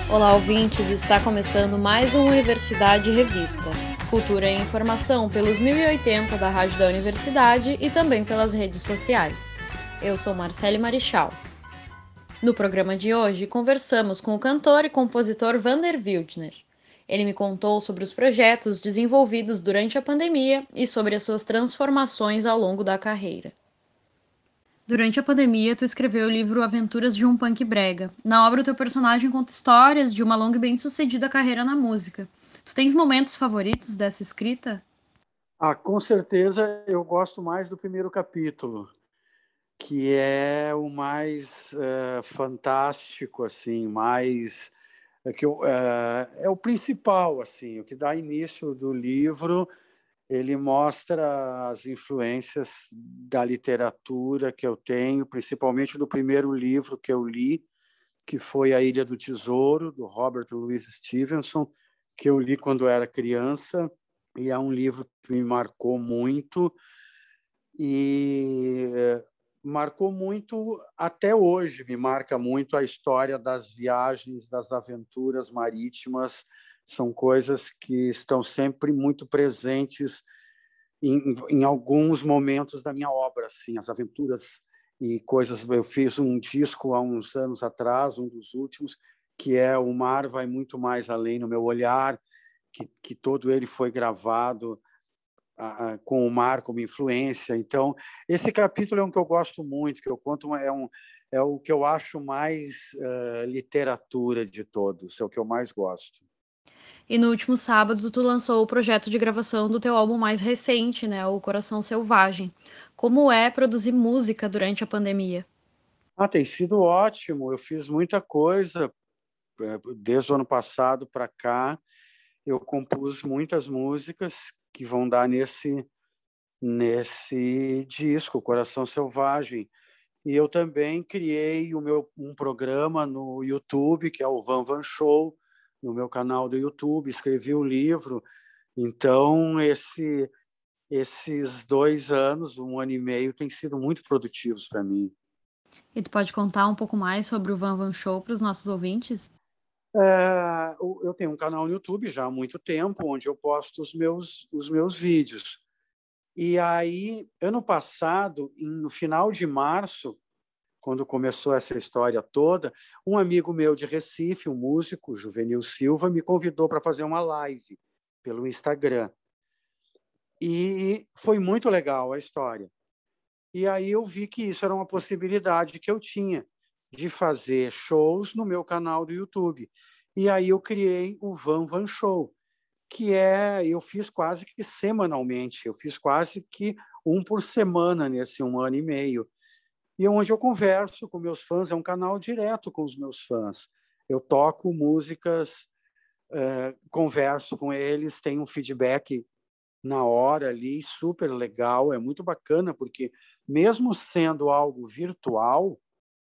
Olá, ouvintes! Está começando mais um Universidade Revista. Cultura e informação pelos 1080 da Rádio da Universidade e também pelas redes sociais. Eu sou Marcele Marichal. No programa de hoje, conversamos com o cantor e compositor Vander Wildner. Ele me contou sobre os projetos desenvolvidos durante a pandemia e sobre as suas transformações ao longo da carreira. Durante a pandemia, tu escreveu o livro Aventuras de um Punk Brega. Na obra, o teu personagem conta histórias de uma longa e bem-sucedida carreira na música. Tu tens momentos favoritos dessa escrita? Com certeza eu gosto mais do primeiro capítulo, que é o mais fantástico, assim, mais é o principal, assim, o que dá início do livro. Ele mostra as influências da literatura que eu tenho, principalmente do primeiro livro que eu li, que foi A Ilha do Tesouro, do Robert Louis Stevenson, que eu li quando era criança, e é um livro que me marcou muito e marcou muito até hoje, me marca muito a história das viagens, das aventuras marítimas, são coisas que estão sempre muito presentes em alguns momentos da minha obra, assim, as aventuras e coisas. Eu fiz um disco há uns anos atrás, um dos últimos, que é O Mar Vai Muito Mais Além no Meu Olhar, que todo ele foi gravado com o mar como influência. Então, esse capítulo é um que eu gosto muito, que eu conto, é o que eu acho mais literatura de todos, é o que eu mais gosto. E no último sábado, tu lançou o projeto de gravação do teu álbum mais recente, né, o Coração Selvagem. Como é produzir música durante a pandemia? Tem sido ótimo, eu fiz muita coisa desde o ano passado para cá. Eu compus muitas músicas que vão dar nesse disco, Coração Selvagem. E eu também criei um programa no YouTube, que é o Van Van Show, no meu canal do YouTube, escrevi o livro. Então, esses 2 anos, 1 ano e meio, têm sido muito produtivos para mim. E tu pode contar um pouco mais sobre o Van Van Show para os nossos ouvintes? Eu tenho um canal no YouTube já há muito tempo, onde eu posto os meus vídeos. E aí, ano passado, no final de março, quando começou essa história toda, um amigo meu de Recife, um músico, Juvenil Silva, me convidou para fazer uma live pelo Instagram. E foi muito legal a história. E aí eu vi que isso era uma possibilidade que eu tinha de fazer shows no meu canal do YouTube. E aí eu criei o Van Van Show, eu fiz quase que semanalmente, eu fiz quase que um por semana nesse 1 ano e meio. E onde eu converso com meus fãs, é um canal direto com os meus fãs. Eu toco músicas, converso com eles, tenho um feedback na hora ali, super legal, é muito bacana, porque mesmo sendo algo virtual,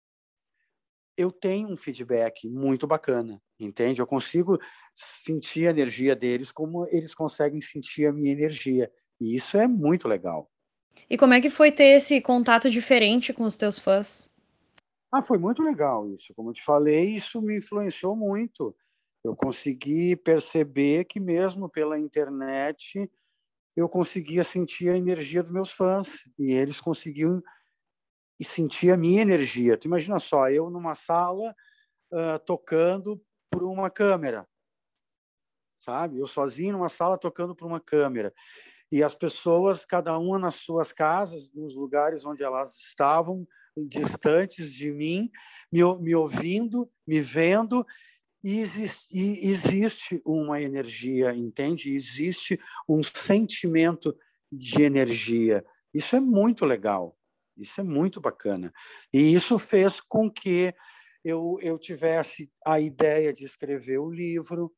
eu tenho um feedback muito bacana, entende? Eu consigo sentir a energia deles como eles conseguem sentir a minha energia. E isso é muito legal. E como é que foi ter esse contato diferente com os teus fãs? Foi muito legal isso. Como eu te falei, isso me influenciou muito. Eu consegui perceber que mesmo pela internet eu conseguia sentir a energia dos meus fãs e eles conseguiam sentir a minha energia. Tu imagina só, eu numa sala tocando por uma câmera, sabe? Eu sozinho numa sala tocando por uma câmera. E as pessoas, cada uma nas suas casas, nos lugares onde elas estavam, distantes de mim, me ouvindo, me vendo, e existe uma energia, entende? Existe um sentimento de energia. Isso é muito legal, isso é muito bacana. E isso fez com que eu tivesse a ideia de escrever o livro,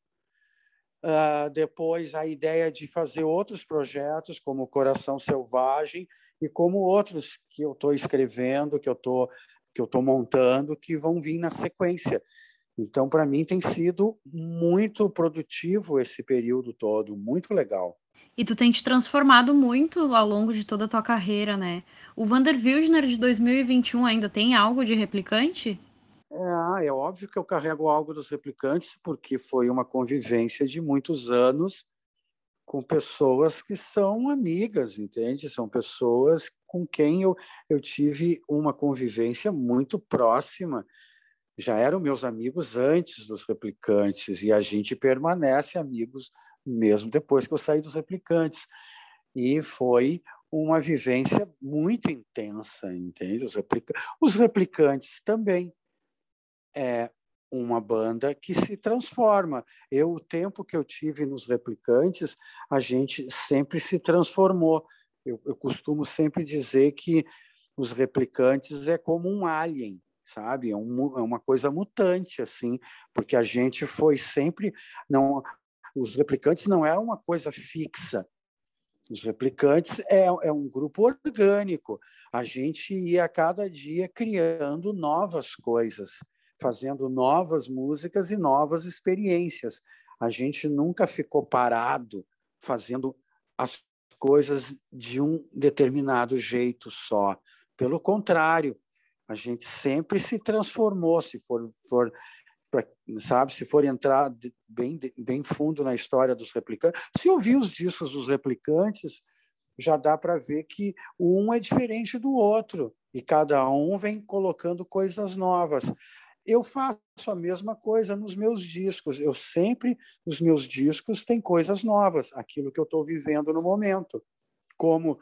depois a ideia de fazer outros projetos, como Coração Selvagem, e como outros que eu estou escrevendo, que eu estou montando, que vão vir na sequência. Então, para mim, tem sido muito produtivo esse período todo, muito legal. E tu tem te transformado muito ao longo de toda a tua carreira, né? O Vander Wildner de 2021 ainda tem algo de replicante? É óbvio que eu carrego algo dos Replicantes, porque foi uma convivência de muitos anos com pessoas que são amigas, entende? São pessoas com quem eu tive uma convivência muito próxima. Já eram meus amigos antes dos Replicantes, e a gente permanece amigos mesmo depois que eu saí dos Replicantes. E foi uma vivência muito intensa, entende? Os Replicantes também é uma banda que se transforma. O tempo que eu tive nos Replicantes, a gente sempre se transformou. Eu costumo sempre dizer que os Replicantes é como um alien, sabe? É uma coisa mutante, assim, porque a gente foi sempre... Não, os Replicantes não é uma coisa fixa. Os Replicantes é um grupo orgânico. A gente ia a cada dia criando novas coisas, fazendo novas músicas e novas experiências. A gente nunca ficou parado fazendo as coisas de um determinado jeito só. Pelo contrário, a gente sempre se transformou, se for entrar bem fundo na história dos Replicantes. Se ouvir os discos dos Replicantes, já dá para ver que um é diferente do outro e cada um vem colocando coisas novas. Eu faço a mesma coisa nos meus discos. Os meus discos têm coisas novas, aquilo que eu estou vivendo no momento. Como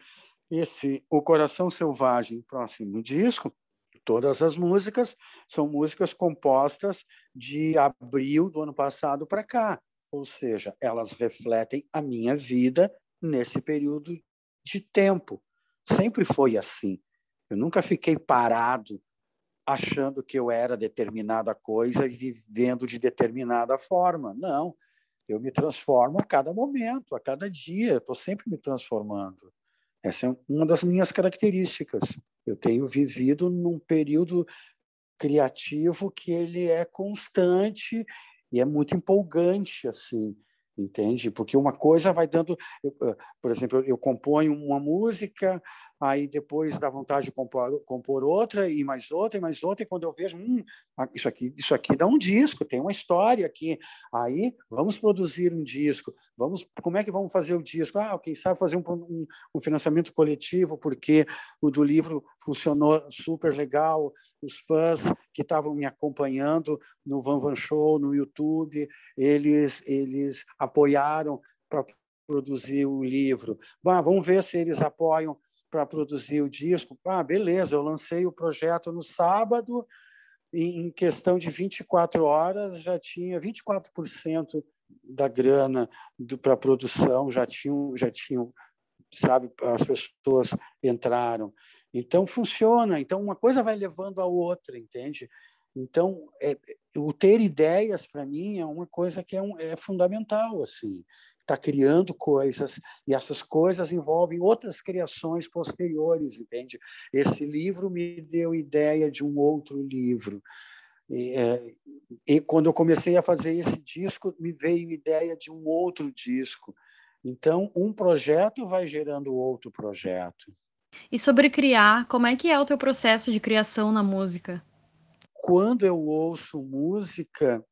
O Coração Selvagem, próximo disco, todas as músicas são músicas compostas de abril do ano passado para cá, ou seja, elas refletem a minha vida nesse período de tempo. Sempre foi assim. Eu nunca fiquei parado achando que eu era determinada coisa e vivendo de determinada forma. Não, eu me transformo a cada momento, a cada dia, estou sempre me transformando. Essa é uma das minhas características. Eu tenho vivido num período criativo que ele é constante e é muito empolgante, assim, entende? Porque uma coisa vai dando... por exemplo, eu componho uma música, aí depois dá vontade de compor outra, e mais outra, e quando eu vejo, isso aqui dá um disco, tem uma história aqui. Aí, vamos produzir um disco. Como é que vamos fazer o disco? Quem sabe fazer um financiamento coletivo, porque o do livro funcionou super legal, os fãs que estavam me acompanhando no Van Van Show, no YouTube, eles apoiaram para produzir o livro. Vamos ver se eles apoiam para produzir o disco. Beleza, eu lancei o projeto no sábado e em questão de 24 horas já tinha 24% da grana para a produção, já tinham, sabe, as pessoas entraram. Então, funciona. Então, uma coisa vai levando a outra, entende? Então, o ter ideias, para mim, é uma coisa que é fundamental. Assim. Está criando coisas, e essas coisas envolvem outras criações posteriores, entende? Esse livro me deu ideia de um outro livro. E quando eu comecei a fazer esse disco, me veio ideia de um outro disco. Então, um projeto vai gerando outro projeto. E sobre criar, como é que é o teu processo de criação na música? Quando eu ouço música,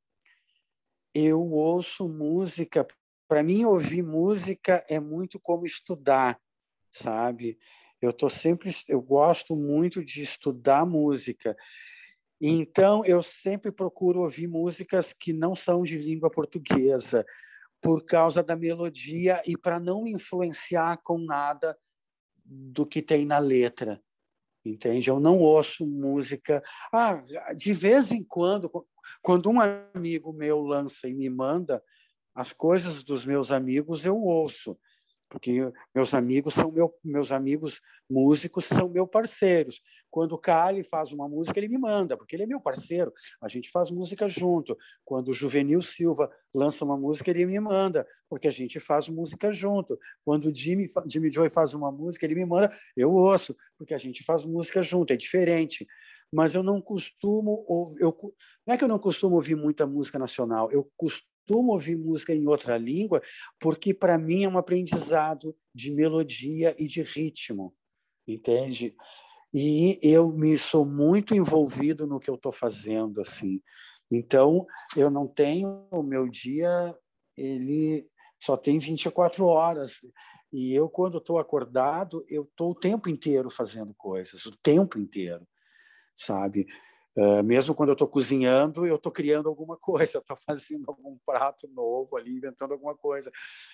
para mim, ouvir música é muito como estudar, sabe? Eu gosto muito de estudar música. Então, eu sempre procuro ouvir músicas que não são de língua portuguesa, por causa da melodia e para não influenciar com nada do que tem na letra, entende? Eu não ouço música... de vez em quando um amigo meu lança e me manda, as coisas dos meus amigos eu ouço, porque meus amigos músicos são meus parceiros. Quando o Cali faz uma música, ele me manda, porque ele é meu parceiro, a gente faz música junto. Quando o Juvenil Silva lança uma música, ele me manda, porque a gente faz música junto. Quando o Jimmy Joy faz uma música, ele me manda, eu ouço, porque a gente faz música junto, é diferente. Mas eu não costumo... não é que eu não costumo ouvir muita música nacional, eu costumo ouvir música em outra língua, porque para mim é um aprendizado de melodia e de ritmo, entende? e eu me sou muito envolvido no que eu estou fazendo, assim. Então, eu não tenho o meu dia, ele só tem 24 horas. E eu, quando estou acordado, eu estou o tempo inteiro fazendo coisas, o tempo inteiro, sabe? Mesmo quando eu estou cozinhando, eu estou criando alguma coisa, eu estou fazendo algum prato novo ali, inventando alguma coisa.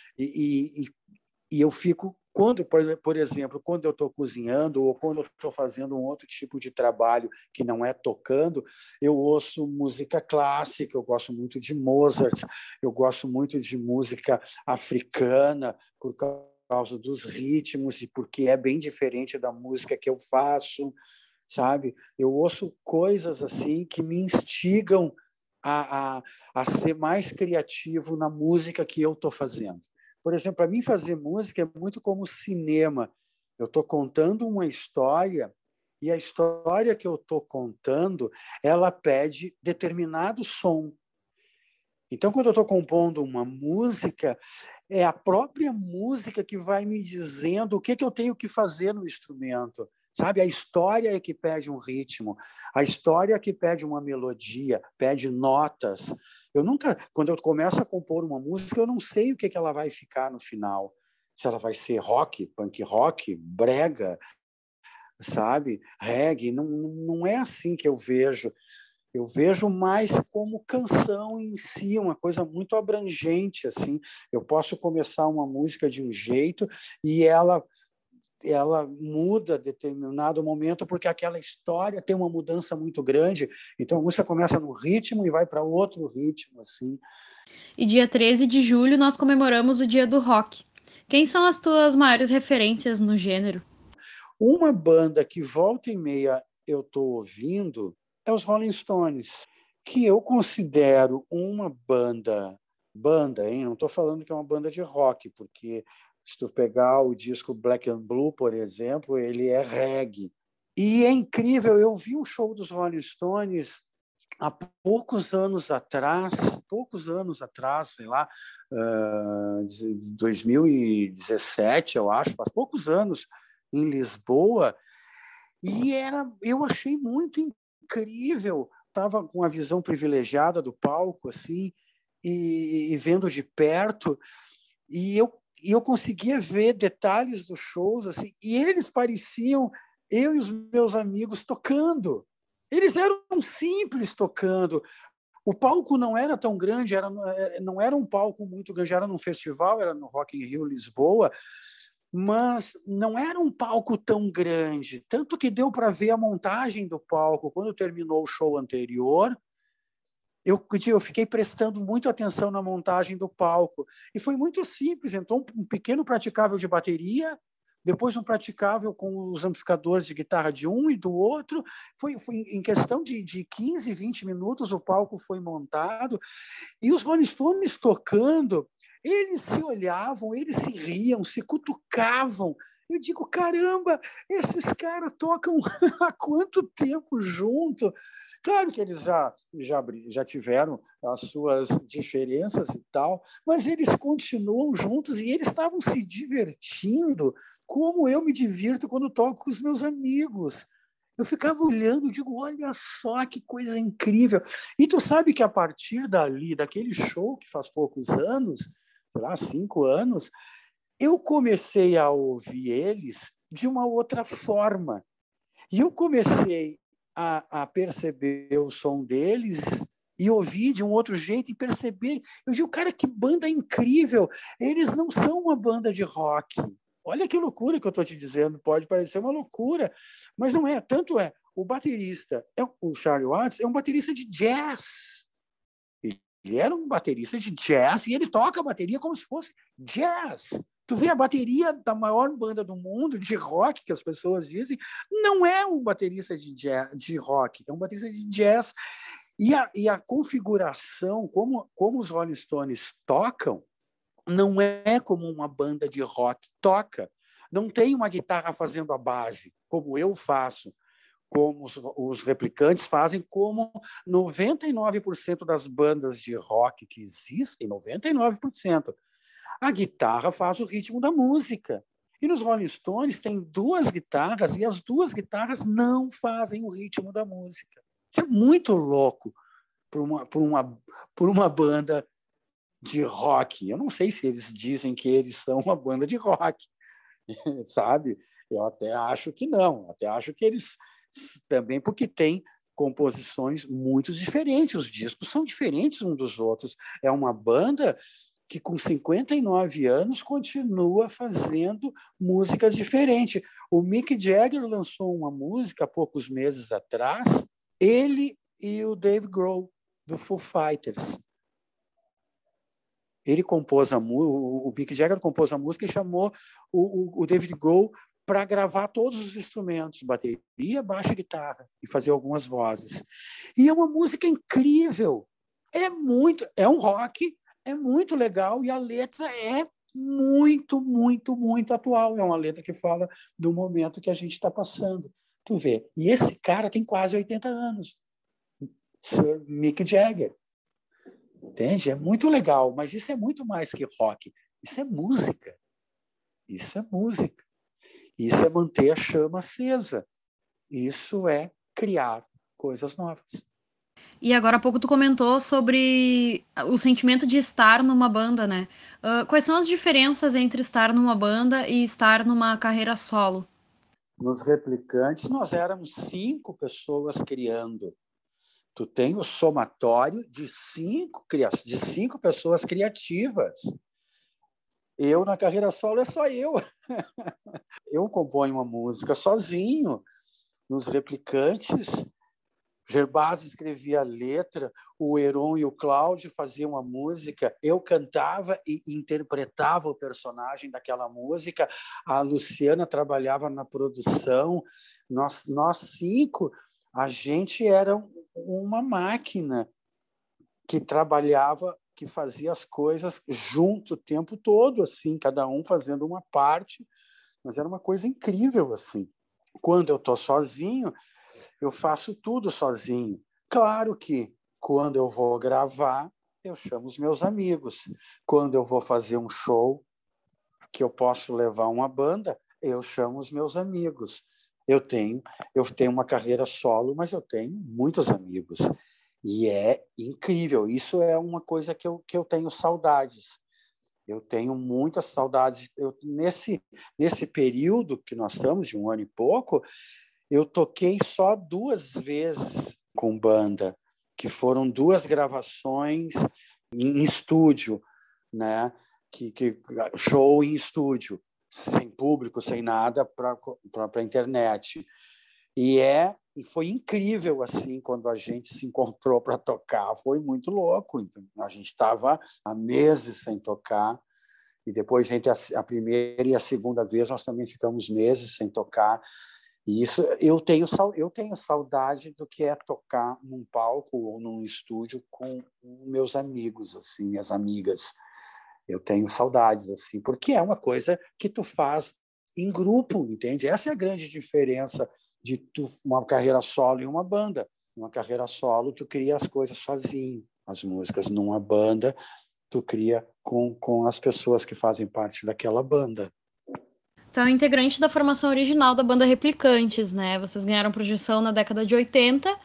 E eu fico, por exemplo, quando eu estou cozinhando ou quando eu estou fazendo um outro tipo de trabalho que não é tocando, eu ouço música clássica, eu gosto muito de Mozart, eu gosto muito de música africana, por causa dos ritmos e porque é bem diferente da música que eu faço, sabe? Eu ouço coisas assim que me instigam a ser mais criativo na música que eu estou fazendo. Por exemplo, para mim fazer música é muito como cinema. Eu estou contando uma história e a história que eu estou contando, ela pede determinado som. Então, quando eu estou compondo uma música, é a própria música que vai me dizendo o que eu tenho que fazer no instrumento. Sabe, a história é que pede um ritmo, a história é que pede uma melodia, pede notas. Eu nunca, quando eu começo a compor uma música, eu não sei o que ela vai ficar no final. Se ela vai ser rock, punk rock, brega, sabe, reggae. Não é assim que eu vejo. Eu vejo mais como canção em si, uma coisa muito abrangente, assim. Eu posso começar uma música de um jeito e ela muda a determinado momento porque aquela história tem uma mudança muito grande. Então a música começa no ritmo e vai para outro ritmo, assim. E dia 13 de julho nós comemoramos o Dia do Rock. Quem são as tuas maiores referências no gênero? Uma banda que volta e meia eu estou ouvindo é os Rolling Stones, que eu considero uma banda, hein? Não estou falando que é uma banda de rock, porque se tu pegar o disco Black and Blue, por exemplo, ele é reggae. E é incrível, eu vi um show dos Rolling Stones há poucos anos atrás, sei lá, 2017, eu acho, faz poucos anos, em Lisboa, e eu achei muito incrível. Estava com a visão privilegiada do palco, assim, e vendo de perto, e eu conseguia ver detalhes dos shows, assim, e eles pareciam eu e os meus amigos tocando. Eles eram simples tocando. O palco não era tão grande, não era um palco muito grande, era num festival, era no Rock in Rio, Lisboa, mas não era um palco tão grande. Tanto que deu para ver a montagem do palco. Quando terminou o show anterior, eu fiquei prestando muito atenção na montagem do palco. E foi muito simples. Então, um pequeno praticável de bateria, depois um praticável com os amplificadores de guitarra de um e do outro. Foi em questão de 15, 20 minutos, o palco foi montado. E os Rolling Stones tocando, eles se olhavam, eles se riam, se cutucavam. Eu digo, caramba, esses caras tocam há quanto tempo junto? Claro que eles já tiveram as suas diferenças e tal, mas eles continuam juntos e eles estavam se divertindo como eu me divirto quando toco com os meus amigos. Eu ficava olhando e digo, olha só que coisa incrível. E tu sabe que a partir dali, daquele show que faz poucos anos, sei lá, 5 anos, eu comecei a ouvir eles de uma outra forma. E eu comecei a perceber o som deles e ouvir de um outro jeito e perceber. Eu digo, cara, que banda incrível! Eles não são uma banda de rock. Olha que loucura que eu estou te dizendo. Pode parecer uma loucura, mas não é. Tanto é, o baterista, o Charlie Watts, é um baterista de jazz. Ele era um baterista de jazz e ele toca a bateria como se fosse jazz. Tu vê a bateria da maior banda do mundo, de rock, que as pessoas dizem, não é um baterista de rock, é um baterista de jazz. E a configuração, como os Rolling Stones tocam, não é como uma banda de rock toca. Não tem uma guitarra fazendo a base, como eu faço, como os Replicantes fazem, como 99% das bandas de rock que existem, 99%. A guitarra faz o ritmo da música. E nos Rolling Stones tem 2 guitarras e as 2 guitarras não fazem o ritmo da música. Isso é muito louco por uma banda de rock. Eu não sei se eles dizem que eles são uma banda de rock, sabe? Eu até acho que não. Até acho que eles também, porque tem composições muito diferentes. Os discos são diferentes uns dos outros. É uma banda que, com 59 anos, continua fazendo músicas diferentes. O Mick Jagger lançou uma música há poucos meses atrás, ele e o Dave Grohl, do Foo Fighters. Ele compôs o Mick Jagger compôs a música e chamou o David Grohl para gravar todos os instrumentos, bateria, baixo e guitarra, e fazer algumas vozes. E é uma música incrível. É um rock, é muito legal, e a letra é muito, muito, muito atual. É uma letra que fala do momento que a gente está passando. Tu vê. E esse cara tem quase 80 anos. Sir Mick Jagger. Entende? É muito legal, mas isso é muito mais que rock. Isso é música. Isso é música. Isso é manter a chama acesa. Isso é criar coisas novas. E agora há pouco tu comentou sobre o sentimento de estar numa banda, né? Quais são as diferenças entre estar numa banda e estar numa carreira solo? Nos Replicantes, nós éramos 5 pessoas criando. Tu tem o somatório de 5 pessoas criativas. Eu, na carreira solo, é só eu. Eu componho uma música sozinho. Nos Replicantes, Gerbasi escrevia a letra, o Heron e o Cláudio faziam a música, eu cantava e interpretava o personagem daquela música, a Luciana trabalhava na produção, nós 5, a gente era uma máquina que trabalhava, que fazia as coisas junto o tempo todo, assim, cada um fazendo uma parte, mas era uma coisa incrível, assim. Quando eu estou sozinho, eu faço tudo sozinho. Claro que, quando eu vou gravar, eu chamo os meus amigos. Quando eu vou fazer um show que eu posso levar uma banda, eu chamo os meus amigos. Eu tenho uma carreira solo, mas eu tenho muitos amigos. E é incrível. Isso é uma coisa que eu tenho saudades. Eu tenho muitas saudades. Nesse período que nós estamos, de 1 ano e pouco, eu toquei só 2 vezes com banda, que foram 2 gravações em estúdio, né? Show em estúdio, sem público, sem nada, para a internet. E foi incrível, assim, quando a gente se encontrou para tocar. Foi muito louco. Então, a gente estava há meses sem tocar. E depois, entre a primeira e a segunda vez, nós também ficamos meses sem tocar. E isso eu tenho saudade do que é tocar num palco ou num estúdio com meus amigos, assim, minhas amigas. Eu tenho saudades, assim, porque é uma coisa que tu faz em grupo, entende? Essa é a grande diferença de uma carreira solo e uma banda. Numa carreira solo, tu cria as coisas sozinho, as músicas. Numa banda, tu cria com as pessoas que fazem parte daquela banda. Tu é um integrante da formação original da banda Replicantes, né? Vocês ganharam projeção na década de 80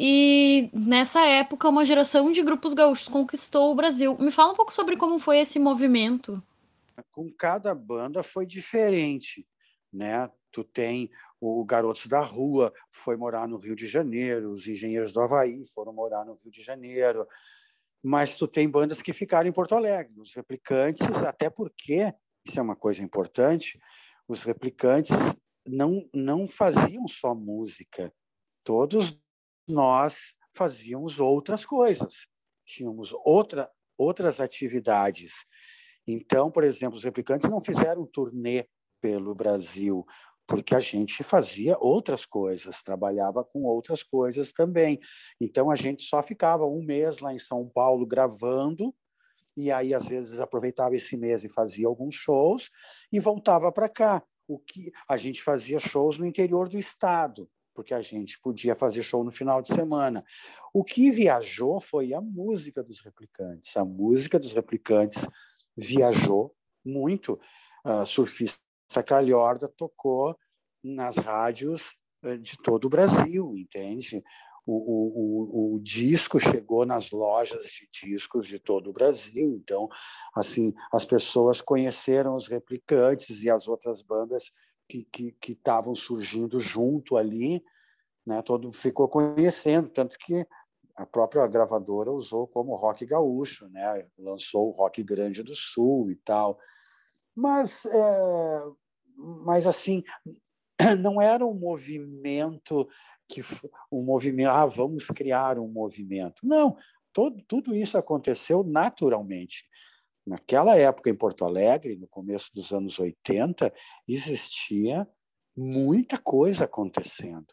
e nessa época uma geração de grupos gaúchos conquistou o Brasil. Me fala um pouco sobre como foi esse movimento. Com cada banda foi diferente, né? Tu tem o Garotos da Rua, foi morar no Rio de Janeiro, os Engenheiros do Havaí foram morar no Rio de Janeiro, mas tu tem bandas que ficaram em Porto Alegre, os Replicantes, até porque, isso é uma coisa importante, os Replicantes não faziam só música, todos nós fazíamos outras coisas, tínhamos outras atividades. Então, por exemplo, os Replicantes não fizeram turnê pelo Brasil, porque a gente fazia outras coisas, trabalhava com outras coisas também. Então, a gente só ficava 1 mês lá em São Paulo gravando, e aí, às vezes, aproveitava esse mês e fazia alguns shows, e voltava para cá. A gente fazia shows no interior do estado, porque a gente podia fazer show no final de semana. O que viajou foi a música dos Replicantes. A música dos Replicantes viajou muito. Surfistas Calhorda tocou nas rádios de todo o Brasil, entende? O disco chegou nas lojas de discos de todo o Brasil, então, assim, as pessoas conheceram os Replicantes e as outras bandas que estavam surgindo junto ali, né? Todo ficou conhecendo, tanto que a própria gravadora usou como rock gaúcho, né? Lançou o Rock Grande do Sul e tal, mas assim, não era um movimento vamos criar um movimento. Não, tudo isso aconteceu naturalmente. Naquela época, em Porto Alegre, no começo dos anos 80, existia muita coisa acontecendo,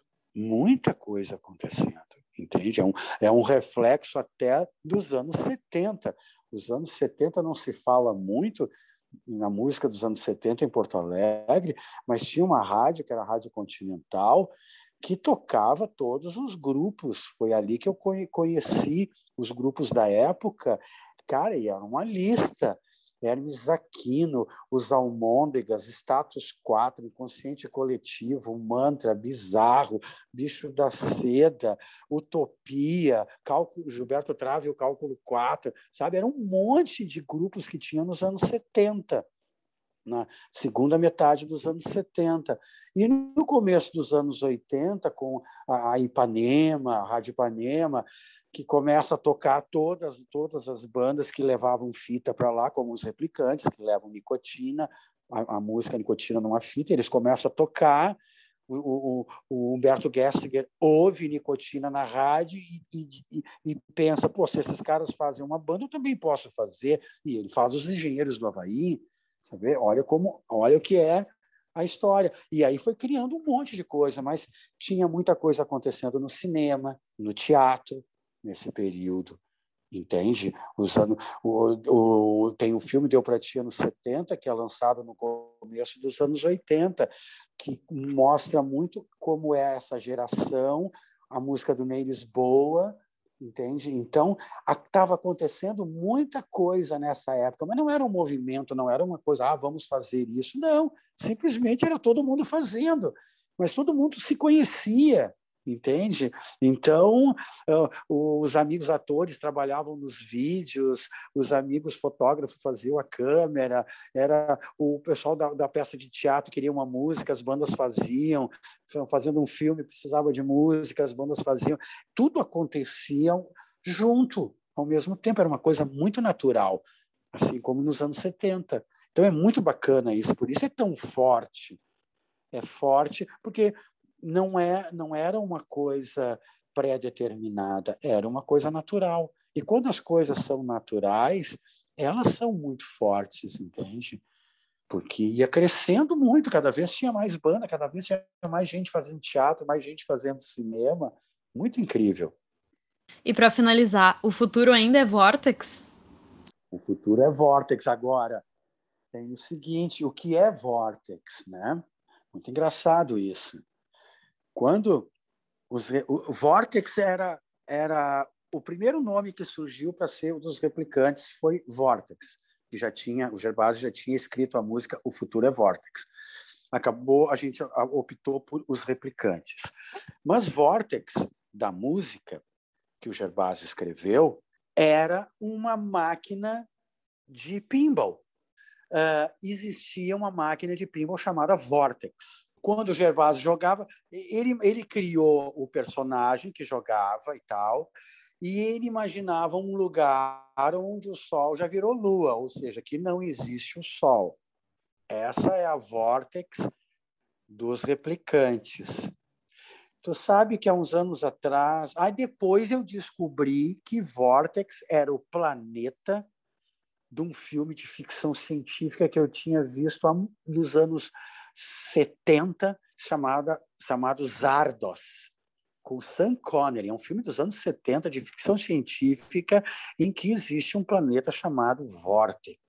entende? É um reflexo até dos anos 70. Os anos 70 não se fala muito na música dos anos 70 em Porto Alegre, mas tinha uma rádio, que era a Rádio Continental, que tocava todos os grupos. Foi ali que eu conheci os grupos da época. Cara, e era uma lista. Hermes Aquino, os Almôndegas, Status 4, Inconsciente Coletivo, Mantra, Bizarro, Bicho da Seda, Utopia, Gilberto Trave e o Cálculo 4, sabe? Era um monte de grupos que tinha nos anos 70, na segunda metade dos anos 70. E no começo dos anos 80, com a Ipanema, a Rádio Ipanema, que começa a tocar todas as bandas que levavam fita para lá, como os Replicantes, que levam nicotina, a música Nicotina numa fita, eles começam a tocar. O Humberto Gessinger ouve Nicotina na rádio e pensa, pô, se esses caras fazem uma banda, eu também posso fazer. E ele faz Os Engenheiros do Havaí, sabe? Olha o que é a história. E aí foi criando um monte de coisa, mas tinha muita coisa acontecendo no cinema, no teatro, nesse período, entende? Tem um filme Deu Pra Ti anos 70, que é lançado no começo dos anos 80, que mostra muito como é essa geração, a música do Ney Lisboa, entende? Então, estava acontecendo muita coisa nessa época, mas não era um movimento, não era uma coisa, vamos fazer isso. Não, simplesmente era todo mundo fazendo, mas todo mundo se conhecia, entende? Então, os amigos atores trabalhavam nos vídeos, os amigos fotógrafos faziam a câmera, era o pessoal da peça de teatro queria uma música, as bandas faziam, fazendo um filme precisava de música, as bandas faziam, tudo acontecia junto, ao mesmo tempo, era uma coisa muito natural, assim como nos anos 70. Então é muito bacana isso, por isso é tão forte. É forte porque não era uma coisa pré-determinada, era uma coisa natural. E quando as coisas são naturais, elas são muito fortes, entende? Porque ia crescendo muito, cada vez tinha mais banda, cada vez tinha mais gente fazendo teatro, mais gente fazendo cinema. Muito incrível. E para finalizar, o futuro ainda é Vortex? O futuro é Vortex. Agora, tem o seguinte, o que é Vortex, né? Muito engraçado isso. Quando o Vortex era o primeiro nome que surgiu para ser um dos Replicantes foi Vortex, que o Gervásio já tinha escrito a música O Futuro é Vortex. A gente optou por os Replicantes. Mas Vortex, da música que o Gervásio escreveu, era uma máquina de pinball. Existia uma máquina de pinball chamada Vortex. Quando o Gervásio jogava, ele criou o personagem que jogava e tal, e ele imaginava um lugar onde o Sol já virou Lua, ou seja, que não existe o Sol. Essa é a Vortex dos Replicantes. Tu sabe que há uns anos atrás... depois eu descobri que Vortex era o planeta de um filme de ficção científica que eu tinha visto nos anos 70, chamado Zardos, com Sean Connery. É um filme dos anos 70 de ficção científica em que existe um planeta chamado Vortex.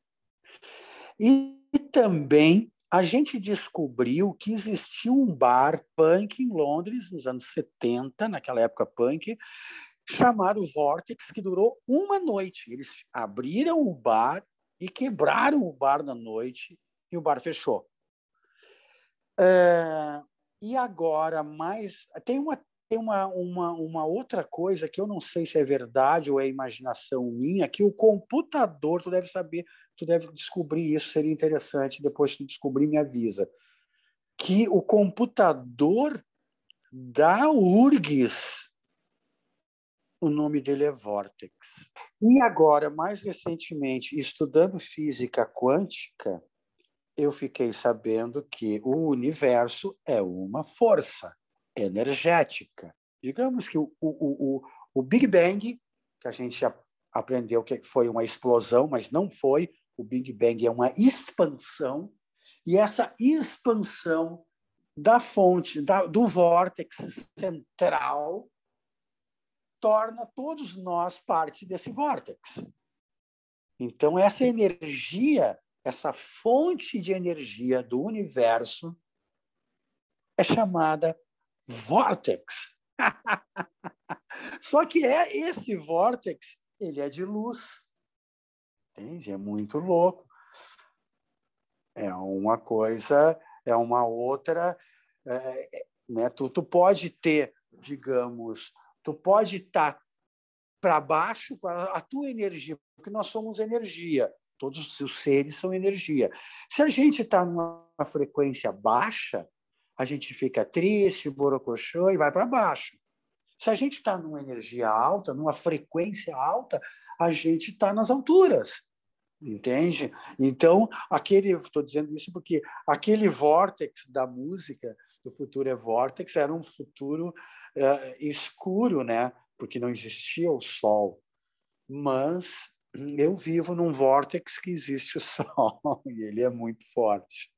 E também a gente descobriu que existia um bar punk em Londres, nos anos 70, naquela época punk, chamado Vortex, que durou uma noite. Eles abriram o bar e quebraram o bar na noite e o bar fechou. E agora, tem uma outra coisa que eu não sei se é verdade ou é imaginação minha, que o computador, tu deve saber, tu deve descobrir isso, seria interessante, depois que tu descobrir, me avisa, que o computador da URGS, o nome dele é Vortex. E agora, mais recentemente, estudando física quântica, eu fiquei sabendo que o universo é uma força energética. Digamos que o Big Bang, que a gente aprendeu que foi uma explosão, mas não foi. O Big Bang é uma expansão, e essa expansão da fonte, do vórtex central, torna todos nós parte desse vórtex. Então, essa energia, essa fonte de energia do universo é chamada vórtex. Só que esse vórtex, ele é de luz. Entende? É muito louco. É uma coisa, é uma outra... né? Tu pode ter, digamos... Tu pode estar para baixo com a tua energia, porque nós somos energia. Todos os seres são energia. Se a gente está numa frequência baixa, a gente fica triste, borocochô e vai para baixo. Se a gente está numa energia alta, numa frequência alta, a gente está nas alturas. Entende? Então, estou dizendo isso porque aquele vórtex da música, do futuro é vórtex, era um futuro escuro, né? Porque não existia o sol. Mas eu vivo num vórtex que existe o sol, e ele é muito forte.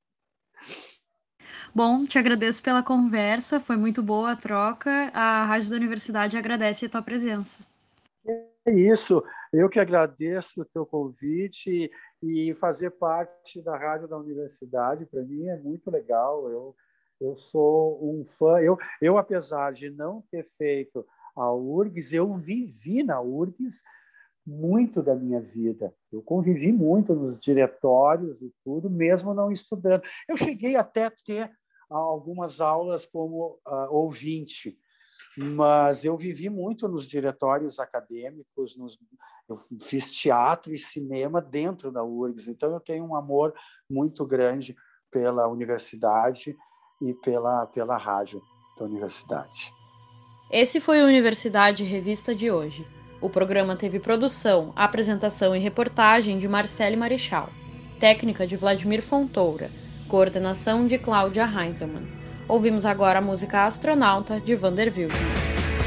Bom, te agradeço pela conversa, foi muito boa a troca. A Rádio da Universidade agradece a tua presença. É isso, eu que agradeço o teu convite, e fazer parte da Rádio da Universidade, para mim, é muito legal. Eu sou um fã. Eu, apesar de não ter feito a URGS, eu vivi na URGS muito da minha vida. Eu convivi muito nos diretórios e tudo, mesmo não estudando. Eu cheguei até a ter algumas aulas como ouvinte, mas eu vivi muito nos diretórios acadêmicos, eu fiz teatro e cinema dentro da URGS, então eu tenho um amor muito grande pela universidade e pela rádio da universidade. Esse foi o Universidade Revista de hoje. O programa teve produção, apresentação e reportagem de Marcele Marichal, técnica de Vladimir Fontoura, coordenação de Cláudia Heinzelmann. Ouvimos agora a música Astronauta, de Vander Wilden.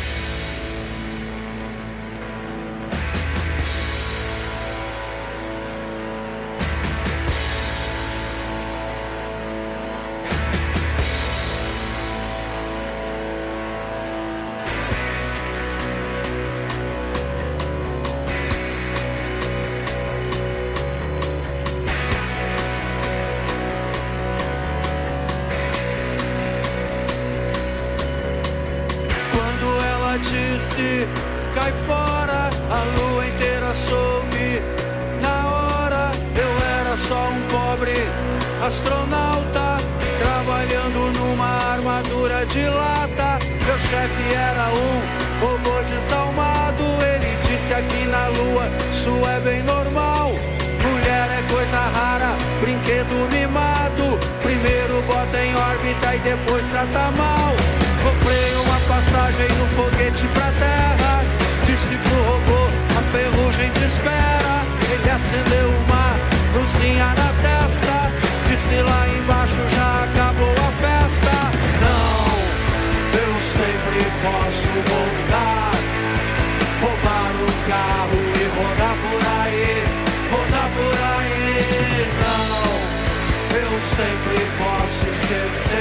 Cai fora, a lua inteira some. Na hora eu era só um pobre astronauta, trabalhando numa armadura de lata. Meu chefe era um robô desalmado. Ele disse: aqui na lua isso é bem normal. Mulher é coisa rara, brinquedo mimado. Primeiro bota em órbita e depois trata mal. Comprei uma passagem no foguete pra terra. Disse pro robô, a ferrugem te espera. Ele acendeu uma luzinha na testa. Disse: lá embaixo já acabou a festa. Não, eu sempre posso voltar, roubar o carro e rodar por aí. Rodar por aí. Não, eu sempre posso esquecer.